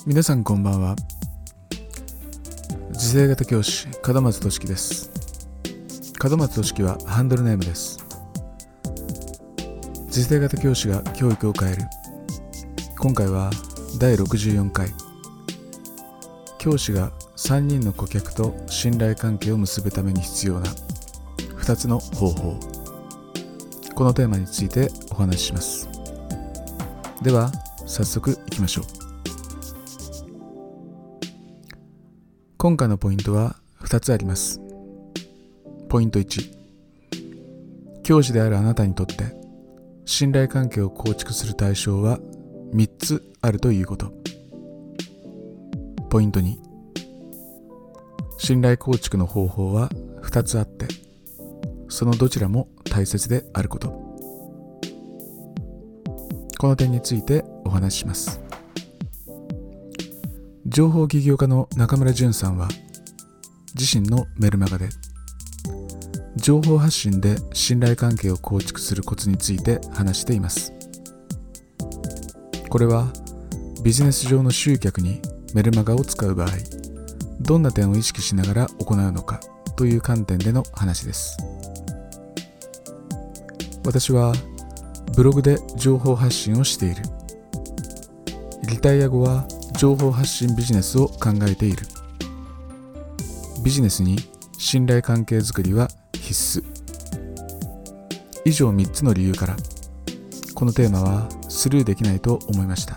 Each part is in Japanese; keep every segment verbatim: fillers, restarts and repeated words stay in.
皆さんこんばんは。次世型教師門松俊樹です。門松俊樹はハンドルネームです。次世型教師が教育を変える。今回はだいろくじゅうよんかい、教師がさんにんの顧客と信頼関係を結ぶために必要なふたつの方法、このテーマについてお話しします。では早速いきましょう。今回のポイントはふたつあります。ポイントいち、教師であるあなたにとって信頼関係を構築する対象はみっつあるということ。ポイントに、信頼構築の方法はふたつあって、そのどちらも大切であること。この点についてお話しします。情報起業家の中村淳さんは自身のメルマガで情報発信で信頼関係を構築するコツについて話しています。これはビジネス上の集客にメルマガを使う場合、どんな点を意識しながら行うのかという観点での話です。私はブログで情報発信をしている。リタイア後は情報発信ビジネスを考えている。ビジネスに信頼関係づくりは必須。以上みっつの理由からこのテーマはスルーできないと思いました。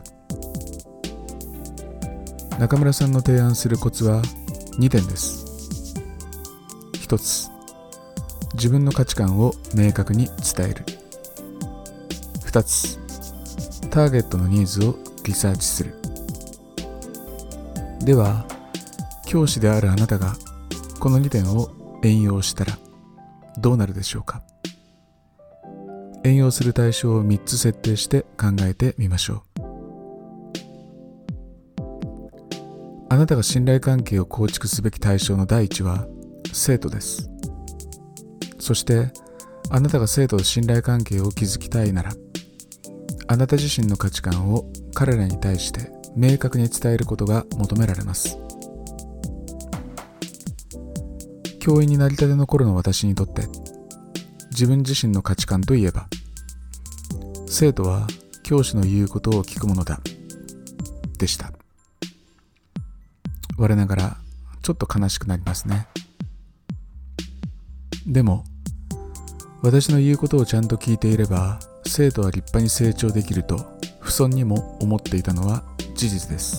中村さんの提案するコツはにてんです。ひとつ、自分の価値観を明確に伝える。ふたつ、ターゲットのニーズをリサーチする。では、教師であるあなたがこのにてんを援用したらどうなるでしょうか。援用する対象をみっつ設定して考えてみましょう。あなたが信頼関係を構築すべき対象の第一は生徒です。そしてあなたが生徒と信頼関係を築きたいなら、あなた自身の価値観を彼らに対して明確に伝えることが求められます。教員になりたての頃の私にとって、自分自身の価値観といえば、生徒は教師の言うことを聞くものだでした。我ながらちょっと悲しくなりますね。でも私の言うことをちゃんと聞いていれば、生徒は立派に成長できると不遜にも思っていたのは事実です。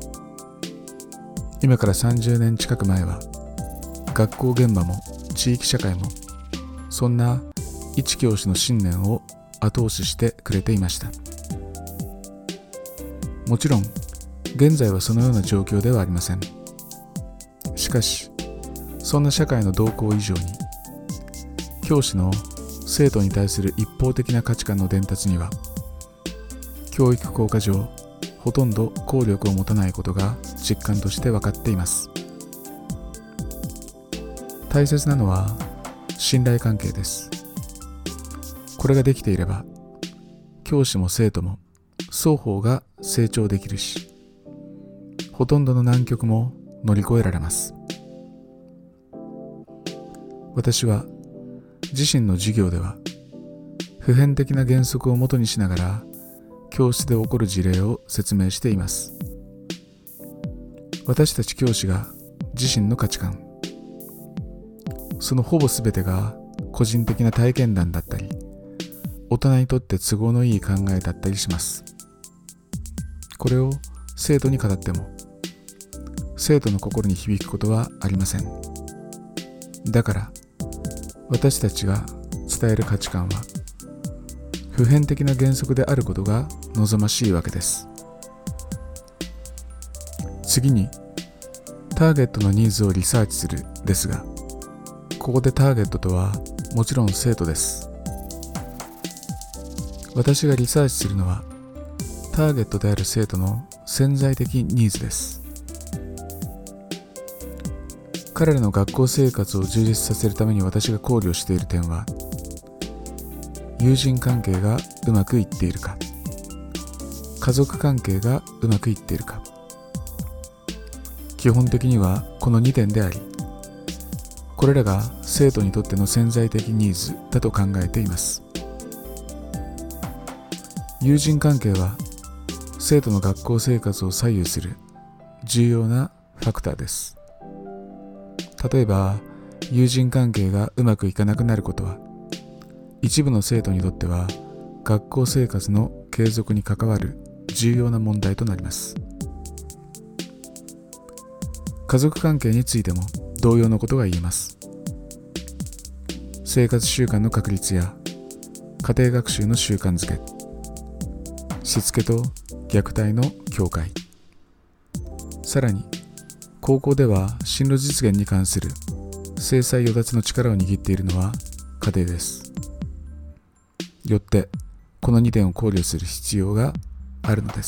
今からさんじゅうねん近く前は、学校現場も地域社会もそんな一教師の信念を後押ししてくれていました。もちろん現在はそのような状況ではありません。しかしそんな社会の動向以上に、教師の生徒に対する一方的な価値観の伝達には、教育効果上ほとんど効力を持たないことが実感として分かっています。大切なのは信頼関係です。これができていれば、教師も生徒も双方が成長できるし、ほとんどの難局も乗り越えられます。私は自身の授業では普遍的な原則をもとにしながら教室で起こる事例を説明しています。私たち教師が自身の価値観、そのほぼ全てが個人的な体験談だったり、大人にとって都合のいい考えだったりします。これを生徒に語っても生徒の心に響くことはありません。だから私たちが伝える価値観は普遍的な原則であることが望ましいわけです。次に、ターゲットのニーズをリサーチするですが、ここでターゲットとはもちろん生徒です。私がリサーチするのはターゲットである生徒の潜在的ニーズです。彼らの学校生活を充実させるために私が考慮している点は、友人関係がうまくいっているか、家族関係がうまくいっているか、 基本的にはこのにてんであり、これらが生徒にとっての潜在的ニーズだと考えています。友人関係は生徒の学校生活を左右する重要なファクターです。例えば、友人関係がうまくいかなくなることは、一部の生徒にとっては学校生活の継続に関わる重要な問題となります。家族関係についても同様のことが言えます。生活習慣の確立や家庭学習の習慣づけ、しつけと虐待の境界、さらに高校では進路実現に関する制裁与奪の力を握っているのは家庭です。よってこのにてんを考慮する必要があるのです。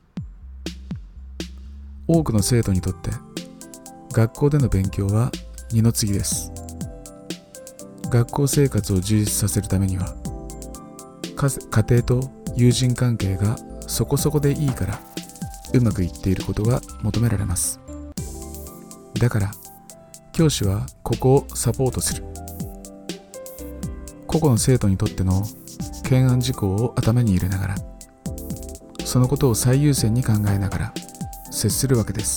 多くの生徒にとって学校での勉強は二の次です。学校生活を充実させるためには、家庭と友人関係がそこそこでいいからうまくいっていることが求められます。だから教師はここをサポートする。個々の生徒にとっての懸案事項を頭に入れながら、そのことを最優先に考えながら接するわけです。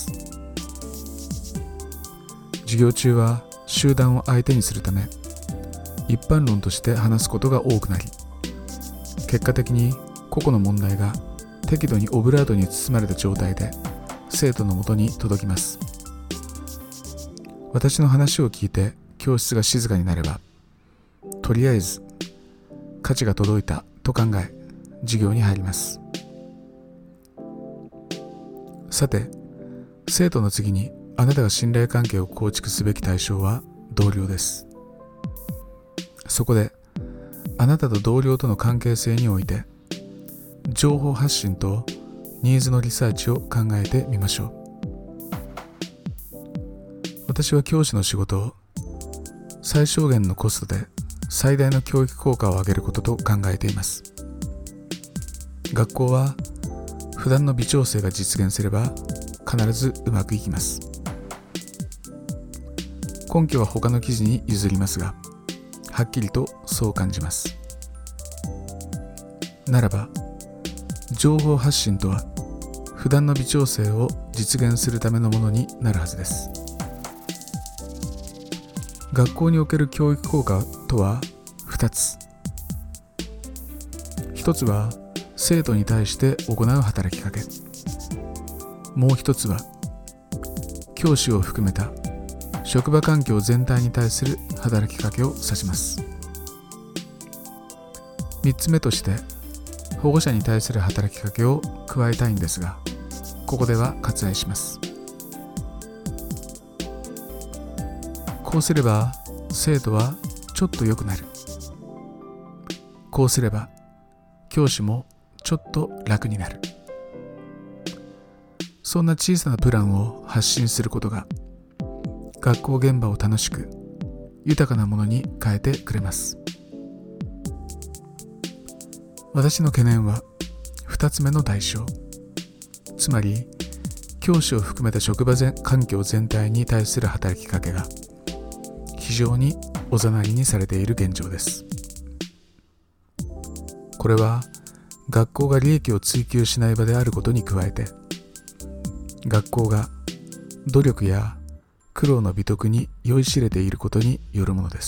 授業中は集団を相手にするため、一般論として話すことが多くなり、結果的に個々の問題が適度にオブラートに包まれた状態で生徒のもとに届きます。私の話を聞いて教室が静かになれば、とりあえず価値が届いたと考え授業に入ります。さて、生徒の次にあなたが信頼関係を構築すべき対象は同僚です。そこであなたと同僚との関係性において、情報発信とニーズのリサーチを考えてみましょう。私は教師の仕事を最小限のコストで最大の教育効果を上げることと考えています。学校は普段の微調整が実現すれば必ずうまくいきます。根拠は他の記事に譲りますが、はっきりとそう感じます。ならば、情報発信とは普段の微調整を実現するためのものになるはずです。学校における教育効果とはふたつ。ひとつは生徒に対して行う働きかけ。もう一つは教師を含めた職場環境全体に対する働きかけを指します。みっつめとして保護者に対する働きかけを加えたいんですが、ここでは割愛します。こうすれば生徒はちょっと良くなる。こうすれば教師もちょっと楽になる。そんな小さなプランを発信することが学校現場を楽しく豊かなものに変えてくれます。私の懸念はふたつめの代償、つまり教師を含めた職場環境全体に対する働きかけが非常におざなりにされている現状です。これは学校が利益を追求しない場であることに加えて、学校が努力や苦労の美徳に酔いしれていることによるものです。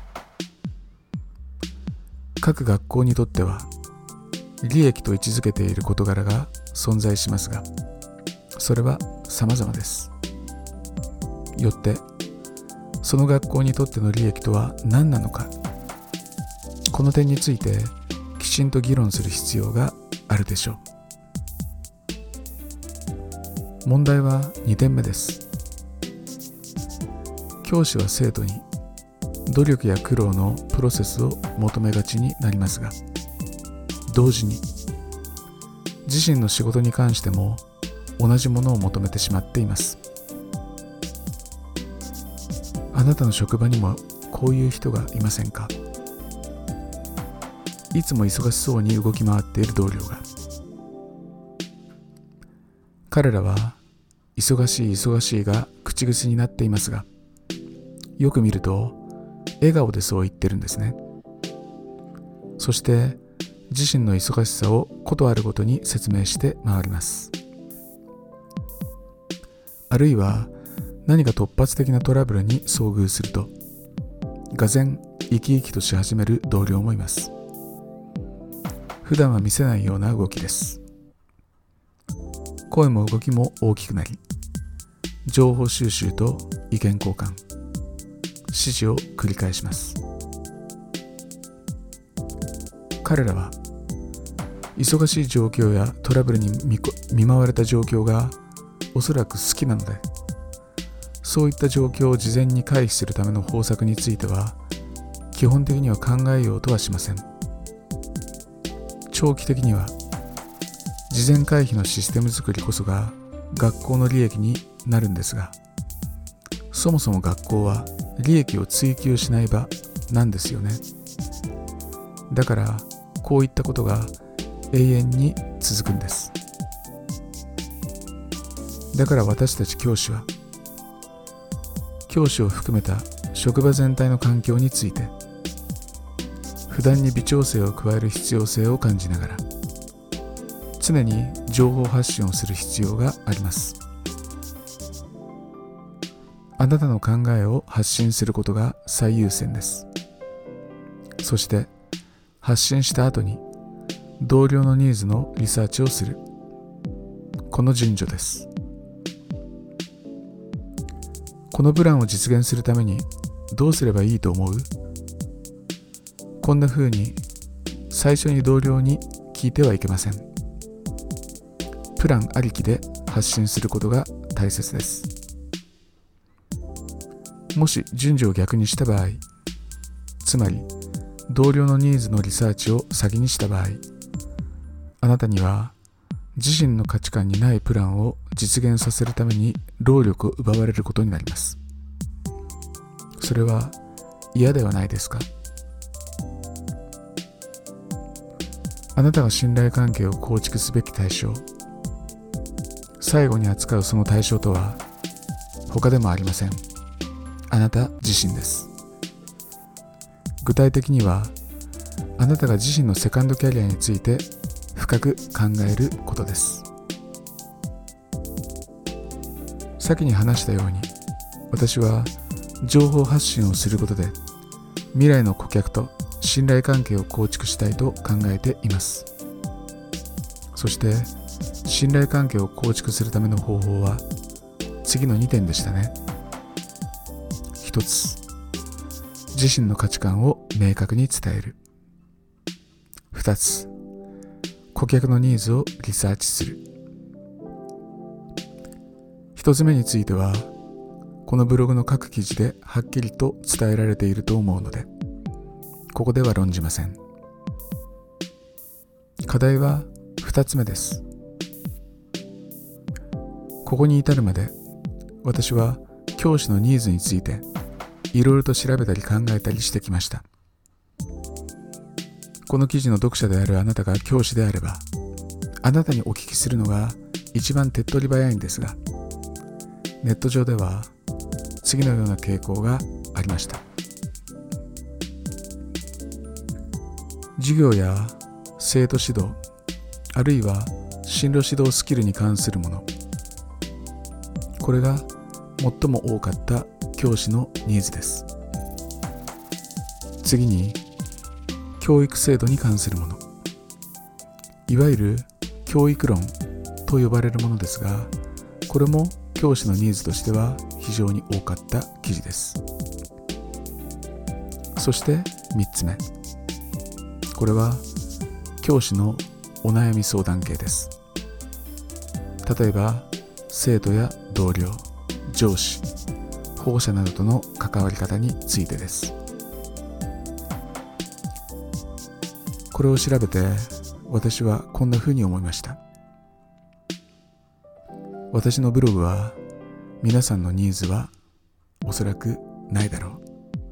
各学校にとっては利益と位置づけている事柄が存在しますが、それは様々です。よってその学校にとっての利益とは何なのか、この点についてきちんと議論する必要があるでしょう。問題はにてんめです。教師は生徒に努力や苦労のプロセスを求めがちになりますが、同時に自身の仕事に関しても同じものを求めてしまっています。あなたの職場にもこういう人がいませんか？いつも忙しそうに動き回っている同僚が。彼らは忙しい忙しいが口癖になっていますが、よく見ると笑顔でそう言ってるんですね。そして自身の忙しさをことあるごとに説明して回ります。あるいは何か突発的なトラブルに遭遇すると、がぜん生き生きとし始める同僚もいます。普段は見せないような動きです。声も動きも大きくなり、情報収集と意見交換、指示を繰り返します。彼らは忙しい状況やトラブルに 見, 見舞われた状況がおそらく好きなので、そういった状況を事前に回避するための方策については基本的には考えようとはしません。長期的には事前回避のシステム作りこそが学校の利益になるんですが、そもそも学校は利益を追求しない場なんですよね。だからこういったことが永遠に続くんです。だから私たち教師は教師を含めた職場全体の環境について不断に微調整を加える必要性を感じながら、常に情報発信をする必要があります。あなたの考えを発信することが最優先です。そして発信した後に同僚のニーズのリサーチをする、この順序です。このプランを実現するためにどうすればいいと思う？こんな風に最初に同僚に聞いてはいけません。プランありきで発信することが大切です。もし順序を逆にした場合、つまり同僚のニーズのリサーチを先にした場合、あなたには自身の価値観にないプランを実現させるために労力を奪われることになります。それは嫌ではないですか？あなたが信頼関係を構築すべき対象、最後に扱うその対象とは他でもありません。あなた自身です。具体的にはあなたが自身のセカンドキャリアについて深く考えることです。先に話したように、私は情報発信をすることで未来の顧客と信頼関係を構築したいと考えています。そして信頼関係を構築するための方法は次のにてんでしたね。ひとつ、自身の価値観を明確に伝える。ふたつ、顧客のニーズをリサーチする。ひとつめについてはこのブログの各記事ではっきりと伝えられていると思うので、ここでは論じません。課題はふたつめです。ここに至るまで私は教師のニーズについていろいろと調べたり考えたりしてきました。この記事の読者であるあなたが教師であれば、あなたにお聞きするのが一番手っ取り早いんですが、ネット上では次のような傾向がありました。授業や生徒指導、あるいは進路指導スキルに関するもの、これが最も多かった教師のニーズです。次に教育制度に関するもの、いわゆる教育論と呼ばれるものですが、これも教師のニーズとしては非常に多かった記事です。そしてみっつめ、これは教師のお悩み相談系です。例えば生徒や同僚、上司、保護者などとの関わり方についてです。これを調べて私はこんなふうに思いました。私のブログは皆さんのニーズはおそらくないだろう。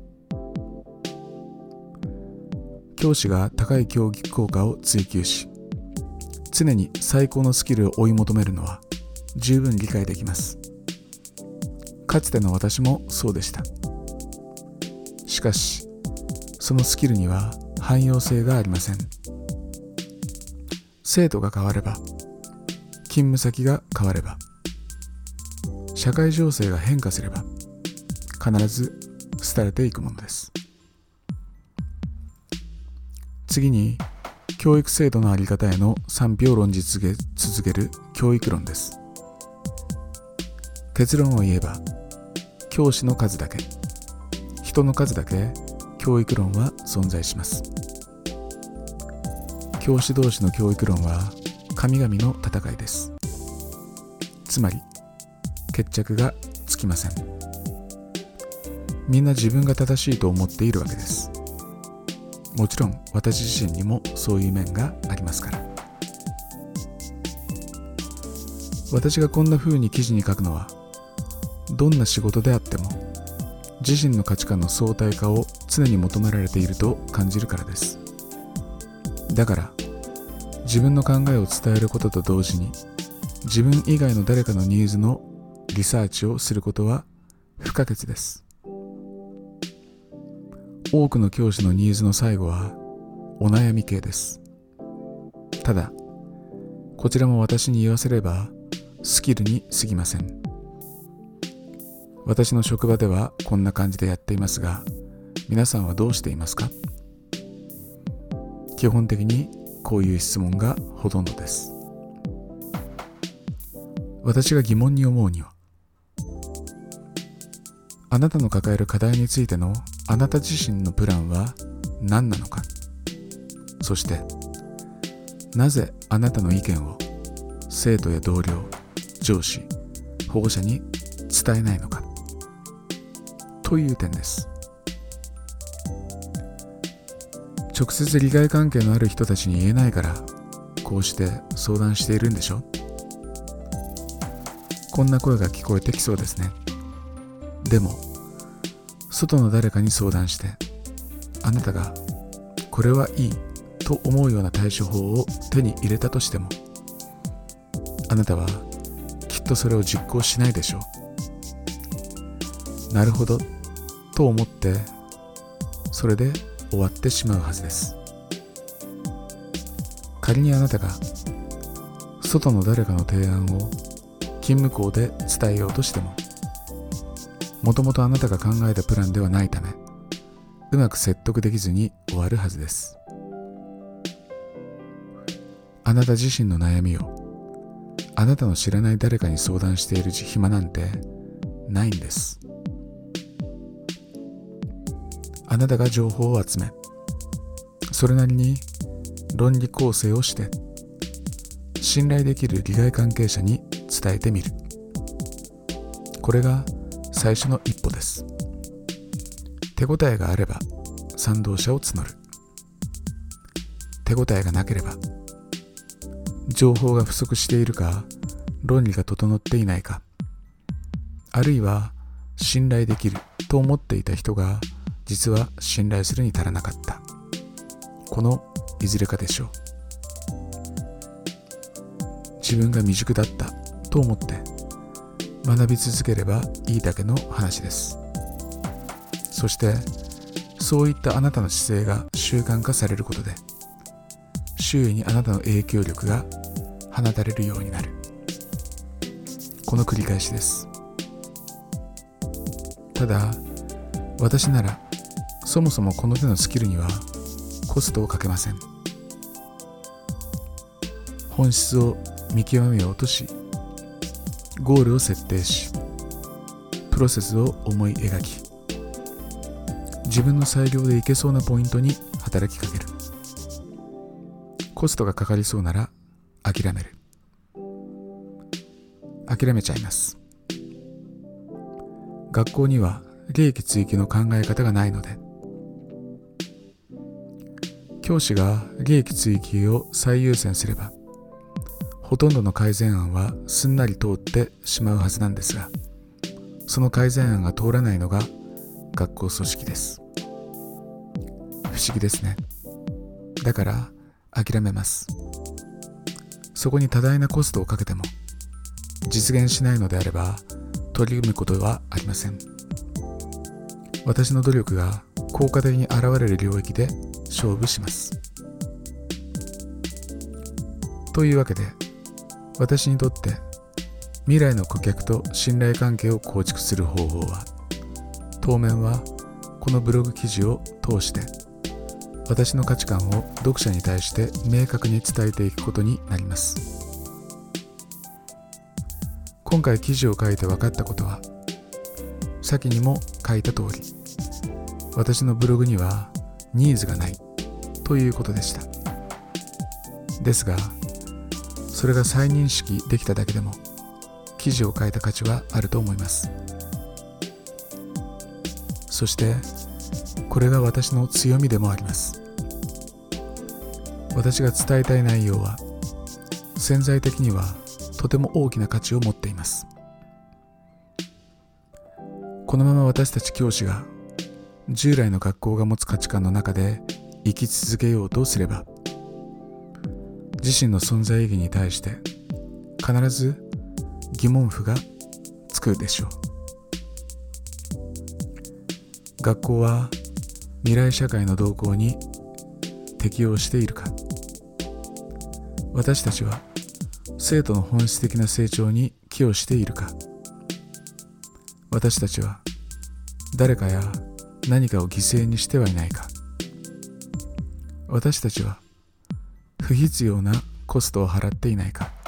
教師が高い教育効果を追求し、常に最高のスキルを追い求めるのは十分理解できます。かつての私もそうでした。しかし、そのスキルには汎用性がありません。生徒が変われば、勤務先が変われば、社会情勢が変化すれば、必ず廃れていくものです。次に、教育制度のあり方への賛否を論じ続ける教育論です。結論を言えば、教師の数だけ、人の数だけ教育論は存在します。教師同士の教育論は神々の戦いです。つまり、決着がつきません。みんな自分が正しいと思っているわけです。もちろん私自身にもそういう面がありますから。私がこんな風に記事に書くのは、どんな仕事であっても自身の価値観の相対化を常に求められていると感じるからです。だから自分の考えを伝えることと同時に、自分以外の誰かのニーズのリサーチをすることは不可欠です。多くの教師のニーズの最後はお悩み系です。ただ、こちらも私に言わせればスキルに過ぎません。私の職場ではこんな感じでやっていますが、皆さんはどうしていますか？基本的にこういう質問がほとんどです。私が疑問に思うには、あなたの抱える課題についてのあなた自身のプランは何なのか、そしてなぜあなたの意見を生徒や同僚、上司、保護者に伝えないのかという点です。直接利害関係のある人たちに言えないからこうして相談しているんでしょ。こんな声が聞こえてきそうですね。でも外の誰かに相談して、あなたがこれはいいと思うような対処法を手に入れたとしても、あなたはきっとそれを実行しないでしょう。なるほどと思ってそれで終わってしまうはずです。仮にあなたが外の誰かの提案を勤務校で伝えようとしても、もともとあなたが考えたプランではないため、うまく説得できずに終わるはずです。あなた自身の悩みをあなたの知らない誰かに相談している暇なんてないんです。あなたが情報を集め、それなりに論理構成をして、信頼できる利害関係者に伝えてみる。これが最初の一歩です。手応えがあれば賛同者を募る。手応えがなければ、情報が不足しているか、論理が整っていないか、あるいは信頼できると思っていた人が実は信頼するに足らなかった。このいずれかでしょう。自分が未熟だったと思って学び続ければいいだけの話です。そしてそういったあなたの姿勢が習慣化されることで、周囲にあなたの影響力が放たれるようになる。この繰り返しです。ただ、私ならそもそもこの手のスキルにはコストをかけません。本質を見極めようとし、ゴールを設定し、プロセスを思い描き、自分の裁量でいけそうなポイントに働きかける。コストがかかりそうなら諦める。諦めちゃいます。学校には利益追求の考え方がないので、教師が利益追求を最優先すれば、ほとんどの改善案はすんなり通ってしまうはずなんですが、その改善案が通らないのが学校組織です。不思議ですね。だから諦めます。そこに多大なコストをかけても実現しないのであれば取り組むことはありません。私の努力が効果的に現れる領域で勝負します。というわけで、私にとって未来の顧客と信頼関係を構築する方法は、当面はこのブログ記事を通して私の価値観を読者に対して明確に伝えていくことになります。今回記事を書いて分かったことは、先にも書いた通り、私のブログにはニーズがないということでした。ですが、それが再認識できただけでも記事を書いた価値はあると思います。そしてこれが私の強みでもあります。私が伝えたい内容は潜在的にはとても大きな価値を持っています。このまま私たち教師が従来の学校が持つ価値観の中で生き続けようとすれば、自身の存在意義に対して必ず疑問符がつくでしょう。学校は未来社会の動向に適応しているか、私たちは生徒の本質的な成長に寄与しているか、私たちは誰かや何かを犠牲にしてはいないか、私たちは不必要なコストを払っていないか、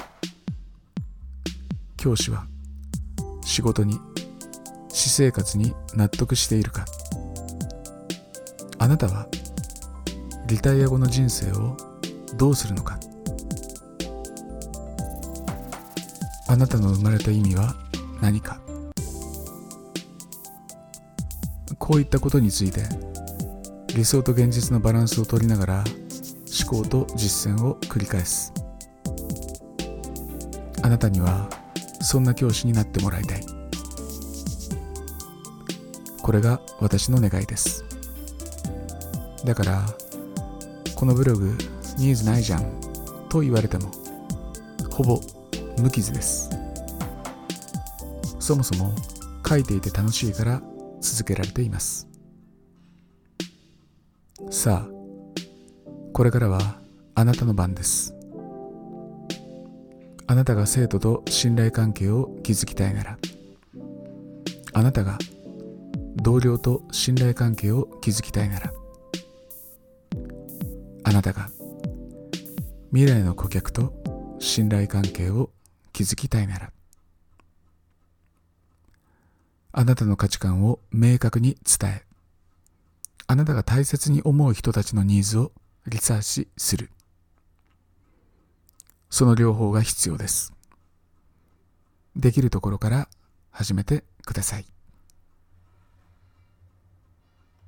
教師は仕事に私生活に納得しているか、あなたはリタイア後の人生をどうするのか、あなたの生まれた意味は何か。こういったことについて理想と現実のバランスを取りながら思考と実践を繰り返す。あなたにはそんな教師になってもらいたい。これが私の願いです。だからこのブログニーズないじゃんと言われてもほぼ無傷です。そもそも書いていて楽しいから続けられています。さあ、これからはあなたの番です。あなたが生徒と信頼関係を築きたいなら、あなたが同僚と信頼関係を築きたいなら、あなたが未来の顧客と信頼関係を築きたいなら、あなたの価値観を明確に伝え、あなたが大切に思う人たちのニーズをリサーチする。その両方が必要です。できるところから始めてください。